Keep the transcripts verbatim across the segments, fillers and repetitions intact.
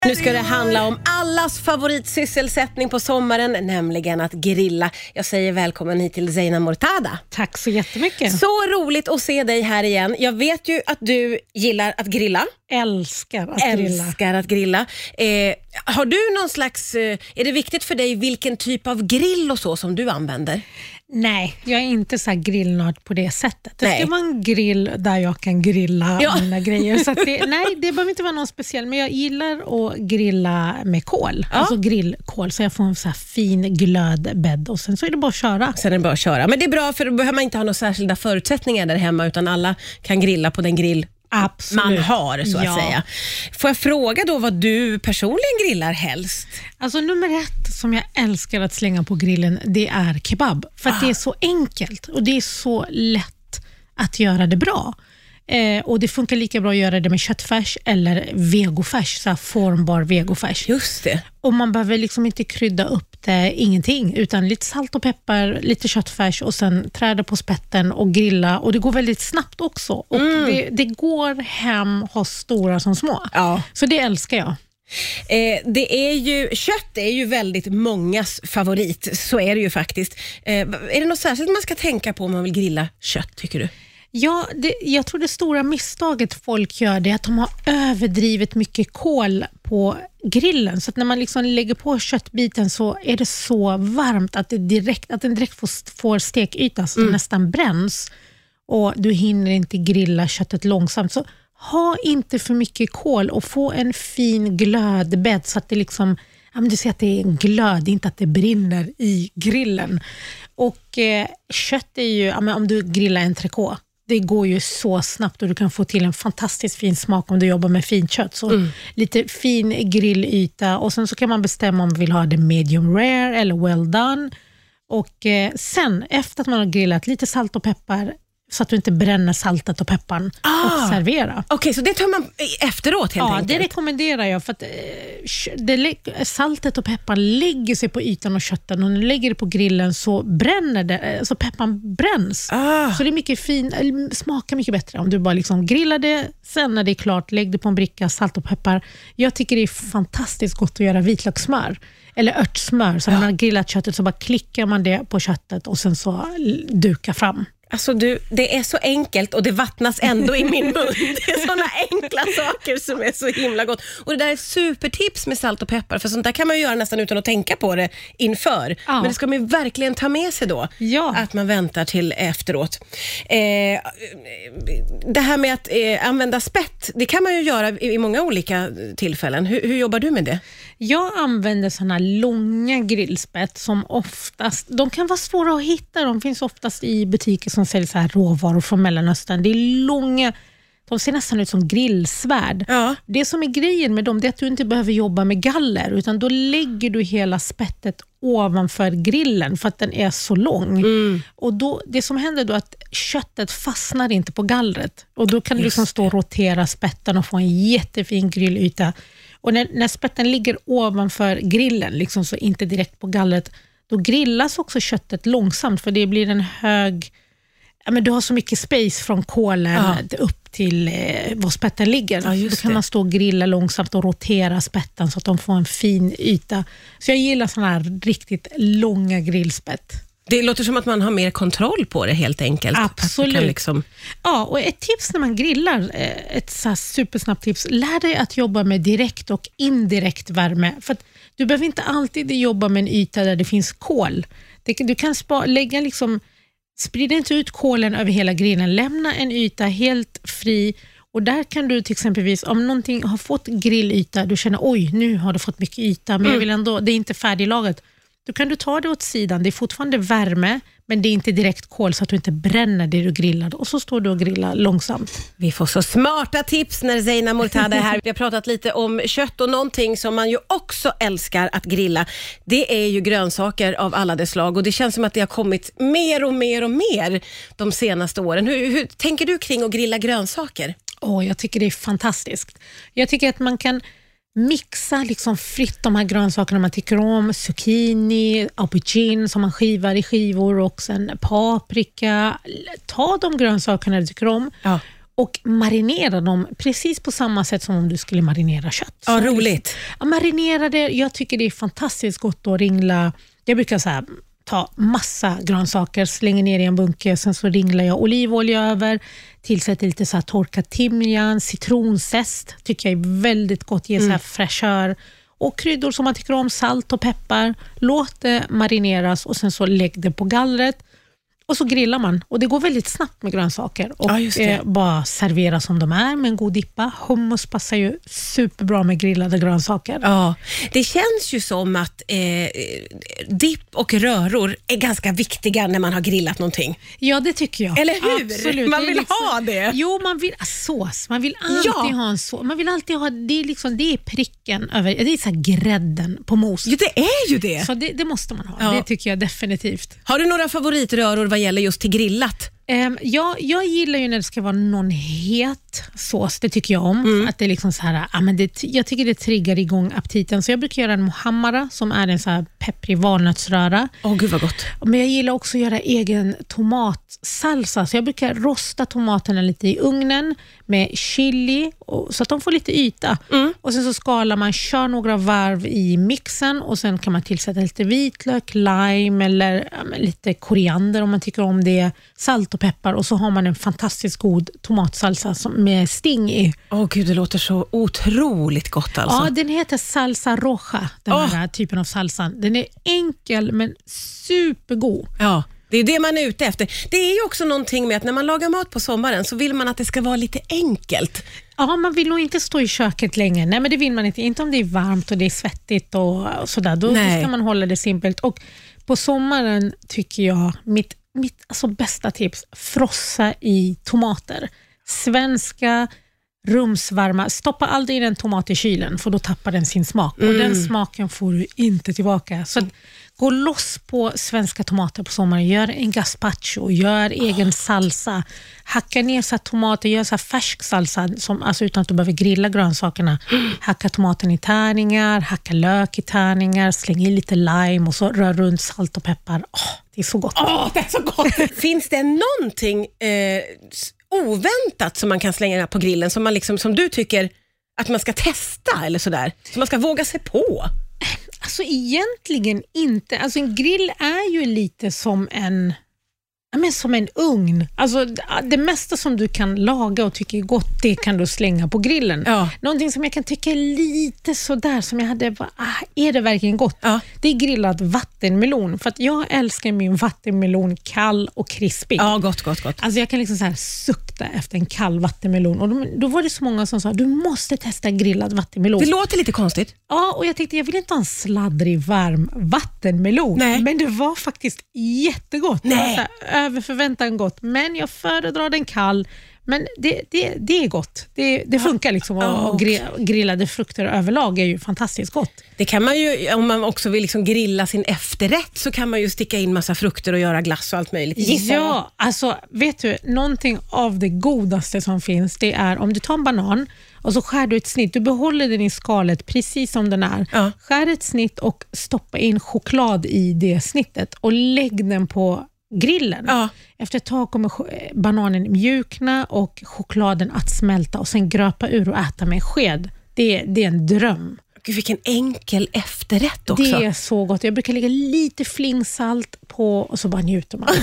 Nu ska det handla om allas favoritsysselsättning på sommaren, nämligen att grilla. Jag säger välkommen hit till Zeina Mortada. Tack så jättemycket. Så roligt att se dig här igen. Jag vet ju att du gillar att grilla. Älskar att grilla. Älskar att grilla. Eh, har du någon slags, eh, är det viktigt för dig vilken typ av grill och så som du använder? Nej, jag är inte så här grillnörd på det sättet. Det Nej. ska vara en grill där jag kan grilla Ja. mina grejer. Så att det, nej, det behöver inte vara någon speciell. Men jag gillar att grilla med kol. Ja. Alltså grillkol. Så jag får en så här fin glödbädd. Och sen så är det bara att köra. Sen är det bara att köra. Men det är bra, för då behöver man inte ha några särskilda förutsättningar där hemma, utan alla kan grilla på den grill Absolut. man har, så att Ja. säga. Får jag fråga då vad du personligen grillar helst? Alltså nummer ett som jag älskar att slänga på grillen, det är kebab. För att Ah. det är så enkelt och det är så lätt att göra det bra. Eh, och det funkar lika bra att göra det med köttfärs eller vegofärs, så här formbar vegofärs. Just det. Och man behöver liksom inte krydda upp det, ingenting, utan lite salt och peppar, lite köttfärs och sen träda på spetten och grilla. Och det går väldigt snabbt också. Och Mm. det, det går hem hos stora som små. Ja. Så det älskar jag. Eh, det är ju, kött är ju väldigt mångas favorit, så är det ju faktiskt. Eh, är det något särskilt man ska tänka på om man vill grilla kött, tycker du? Ja, det, jag tror det stora misstaget folk gör det är att de har överdrivet mycket kol på grillen. Så att när man liksom lägger på köttbiten så är det så varmt att, det direkt, att den direkt får, får stekyta så Mm. det nästan bränns. Och du hinner inte grilla köttet långsamt. Så ha inte för mycket kol och få en fin glödbädd så att det liksom, ja, men du ser att det är en glöd, inte att det brinner i grillen. Och eh, kött är ju, ja, men om du grillar en entrecote, det går ju så snabbt och du kan få till en fantastiskt fin smak om du jobbar med fint kött. Så Mm. lite fin grillyta och sen så kan man bestämma om man vill ha det medium rare eller well done. Och eh, sen efter att man har grillat, lite salt och peppar så att du inte bränner saltet och pepparn Ah. och servera. Okej, så det tar man efteråt helt Ja, enkelt? det rekommenderar jag för att eh, det, lä- saltet och pepparn lägger sig på ytan och köttet och när du lägger det på grillen så bränner det, eh, så pepparn bränns. Ah. Så det är mycket fin, eller smakar mycket bättre om du bara liksom grillar det, sen när det är klart lägg det på en bricka, salt och peppar. Jag tycker det är fantastiskt gott att göra vitlökssmör eller örtsmör. Så när man har grillat köttet så bara klickar man det på köttet och sen så dukar fram. Alltså du, det är så enkelt och det vattnas ändå i min mun. Det är såna enkla saker som är så himla gott. Och det där är ett supertips med salt och peppar, för sånt där kan man ju göra nästan utan att tänka på det inför. Ja. Men det ska man ju verkligen ta med sig då. Ja. Att man väntar till efteråt. Eh, det här med att eh, använda spett, det kan man ju göra i, i många olika tillfällen. Hur, hur jobbar du med det? Jag använder såna långa grillspett som oftast, de kan vara svåra att hitta, de finns oftast i butiker som säljer så här råvaror från Mellanöstern. Det är långa, de ser nästan ut som grillsvärd. Ja. Det som är grejen med dem, det är att du inte behöver jobba med galler, utan då lägger du hela spettet ovanför grillen för att den är så lång. Mm. Och då, det som händer då är att köttet fastnar inte på gallret och då kan du liksom stå och rotera spetten och få en jättefin grillyta. Och när, när spetten ligger ovanför grillen, liksom så inte direkt på gallret, då grillas också köttet långsamt för det blir en hög, ja, men du har så mycket space från kolen Ja. upp till eh, var spetten ligger. Ja, just då kan det. man stå och grilla långsamt och rotera spetten så att de får en fin yta. Så jag gillar såna här riktigt långa grillspett. Det låter som att man har mer kontroll på det helt enkelt. Absolut. Att man kan liksom... Ja, och ett tips när man grillar, eh, ett så här supersnabbt tips, lär dig att jobba med direkt och indirekt värme. För att du behöver inte alltid jobba med en yta där det finns kol. Det, du kan spa, lägga liksom, sprida inte ut kolen över hela grillen, lämna en yta helt fri. Och där kan du till exempelvis, om någonting har fått grillyta, du känner oj, nu har det fått mycket yta, men Mm. jag vill ändå, det är inte färdiglagat. Då kan du ta det åt sidan. Det är fortfarande värme, men det är inte direkt kol så att du inte bränner det du grillar. Och så står du och grillar långsamt. Vi får så smarta tips när Zeina Mortada är här. Vi har pratat lite om kött och någonting som man ju också älskar att grilla. Det är ju grönsaker av alla dess slag och det känns som att det har kommit mer och mer och mer de senaste åren. Hur, hur tänker du kring att grilla grönsaker? Åh, jag tycker det är fantastiskt. Jag tycker att man kan mixa liksom fritt de här grönsakerna man tycker om. Zucchini, aubergine som man skivar i skivor och sen paprika. Ta de grönsakerna du tycker om. Ja. och marinera dem precis på samma sätt som om du skulle marinera kött. Ja, roligt. Ja, marinera det, jag tycker det är fantastiskt gott att ringla. Jag brukar så här, ta massa grönsaker, slänger ner i en bunke, sen så ringlar jag olivolja över, tillsätter lite så här torkad timjan, citronzest, tycker jag är väldigt gott, ger mm. så här fräschör. Och kryddor som man tycker om, salt och peppar. Låt det marineras och sen så lägg det på gallret. Och så grillar man. Och det går väldigt snabbt med grönsaker. Och ja, eh, bara servera som de är med en god dippa. Hummus passar ju superbra med grillade grönsaker. Ja, det känns ju som att eh, dipp och röror är ganska viktiga när man har grillat någonting. Ja, det tycker jag. Eller hur? Absolut. Man vill liksom, ha det. Jo, man vill ah, sås. Man vill alltid ja. ha en sås. Man vill alltid ha, det är liksom, det är pricken över, det är så här grädden på mos. Jo, det är ju det. Så det, det måste man ha. Ja. Det tycker jag definitivt. Har du några favoritröror vad gäller just till grillat? Um, ja, jag gillar ju när det ska vara någon het sås, det tycker jag om. Mm. Att det är liksom så här, ja, men det, jag tycker det triggar igång aptiten. Så jag brukar göra en mohammara som är en så här pepprig valnötsröra. Åh, oh, gud vad gott. Men jag gillar också att göra egen tomatsalsa. Så jag brukar rosta tomaterna lite i ugnen med chili och, så att de får lite yta. Mm. Och sen så skalar man, kör några varv i mixen och sen kan man tillsätta lite vitlök, lime eller ja, lite koriander om man tycker om det, salt och peppar, och så har man en fantastiskt god tomatsalsa som, med sting i. Åh oh, gud, det låter så otroligt gott alltså. Ja, den heter salsa roja, den oh. här typen av salsan. Den är enkel men supergod. Ja, det är det man är ute efter. Det är ju också någonting med att när man lagar mat på sommaren så vill man att det ska vara lite enkelt. Ja, man vill nog inte stå i köket länge. Nej, men det vill man inte. Inte om det är varmt och det är svettigt och, och sådär. Då, då ska man hålla det simpelt. Och på sommaren tycker jag mitt Mitt alltså bästa tips, frossa i tomater. Svenska, rumsvarma. Stoppa aldrig in en tomat i kylen för då tappar den sin smak. Mm. Och den smaken får du inte tillbaka. Så att, gå loss på svenska tomater på sommaren. Gör en gazpacho, gör egen salsa. Hacka ner så tomater, gör så färsk salsa som, alltså utan att du behöver grilla grönsakerna. Mm. Hacka tomaten i tärningar, hacka lök i tärningar, släng i lite lime och så rör runt salt och peppar. Åh, det är så gott. Åh, det är så gott. Finns det någonting eh, oväntat som man kan slänga på grillen som, man liksom, som du tycker att man ska testa eller sådär? Som man ska våga sig på? Alltså egentligen inte. Alltså en grill är ju lite som en, ja, men som en ugn. Alltså det mesta som du kan laga och tycker är gott, det kan du slänga på grillen. Ja. Någonting som jag kan tycka är lite sådär som jag hade, bara, ah, är det verkligen gott? Ja. Det är grillad vattenmelon. För att jag älskar min vattenmelon kall och krispig. Ja, gott, gott, gott. Alltså jag kan liksom så här sukta efter en kall vattenmelon. Och då, då var det så många som sa, du måste testa grillad vattenmelon. Det låter lite konstigt. Ja, och jag tänkte, jag vill inte ha en sladdrig varm vattenmelon. Nej. Men det var faktiskt jättegott. Nej. Det var över förväntan gott. Men jag föredrar den kall. Men det, det, det är gott. Det, det funkar liksom. Och, och grillade frukter överlag är ju fantastiskt gott. Det kan man ju, om man också vill liksom grilla sin efterrätt, så kan man ju sticka in massa frukter och göra glass och allt möjligt. Gissa. Ja, alltså vet du, någonting av det godaste som finns, det är om du tar en banan och så skär du ett snitt. Du behåller den i skalet precis som den är. Ja. Skär ett snitt och stoppa in choklad i det snittet och lägg den på grillen. Ja. Efter ett tag kommer bananen mjukna och chokladen att smälta och sen gröpa ur och äta med en sked. Det, det är en dröm. Gud, vilken enkel efterrätt också. Det är så gott. Jag brukar lägga lite flingsalt på och så bara njuter man.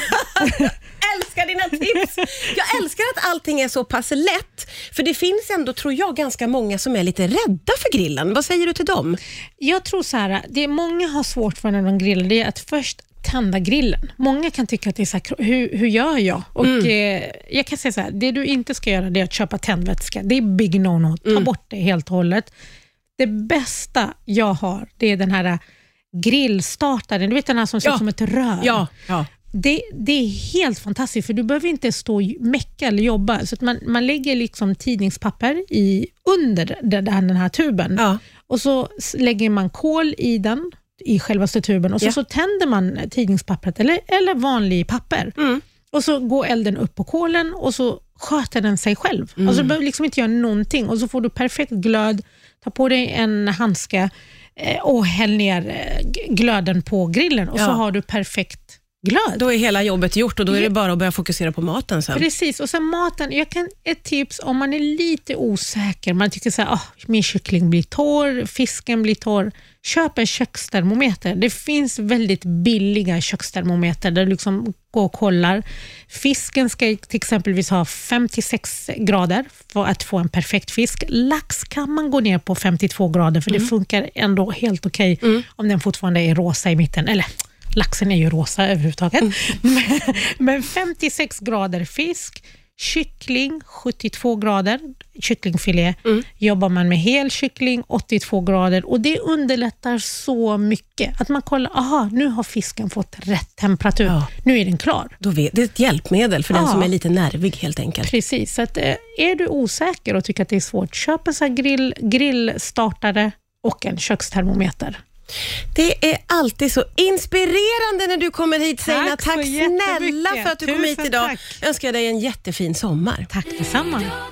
Älskar dina tips. Jag älskar att allting är så pass lätt. För det finns ändå, tror jag, ganska många som är lite rädda för grillen. Vad säger du till dem? Jag tror så här, det många har svårt för när de grillar, det är att först tända grillen. Många kan tycka att det är så här, hur, hur gör jag? Och mm. eh, jag kan säga så här, det du inte ska göra, det är att köpa tändvätska. Det är big no-no. Ta mm. bort det helt och hållet. Det bästa jag har, det är den här grillstartaren. Du vet den här som ser ut ja. som ett rör. Ja, ja. Det, det är helt fantastiskt, för du behöver inte stå och mecka eller jobba. Så att man, man lägger liksom tidningspapper i, under den här, den här tuben. Ja. Och så lägger man kol i den, i självaste tuben. Och så, ja. så tänder man tidningspappret eller, eller vanlig papper. Mm. Och så går elden upp på kolen och så sköter den sig själv. Mm. Alltså du behöver liksom inte göra någonting. Och så får du perfekt glöd. Ta på dig en handske och häll ner glöden på grillen. Och ja. så har du perfekt glad. Då är hela jobbet gjort och då är det bara att börja fokusera på maten sen. Precis, och sen maten. Jag kan, ett tips om man är lite osäker, man tycker så här, oh, min kyckling blir torr, fisken blir torr. Köp en kökstermometer. Det finns väldigt billiga kökstermometer där du liksom går och kollar. Fisken ska till exempelvis ha femtiosex grader för att få en perfekt fisk. Lax kan man gå ner på femtiotvå grader för mm. det funkar ändå helt okej okay mm. om den fortfarande är rosa i mitten. Eller laxen är ju rosa överhuvudtaget. Mm. Men, men femtiosex grader fisk, kyckling sjuttiotvå grader, kycklingfilé. Mm. Jobbar man med hel kyckling åttiotvå grader och det underlättar så mycket. Att man kollar, aha, nu har fisken fått rätt temperatur. Ja. Nu är den klar. Då vet, det är ett hjälpmedel för ja. den som är lite nervig helt enkelt. Precis, så att, är du osäker och tycker att det är svårt, köp en sån här grill, grillstartare och en kökstermometer. Det är alltid så inspirerande när du kommer hit, Zeina. Tack, tack snälla för att du Tusen kom hit idag. Tack. Jag önskar dig en jättefin sommar. Tack detsamma.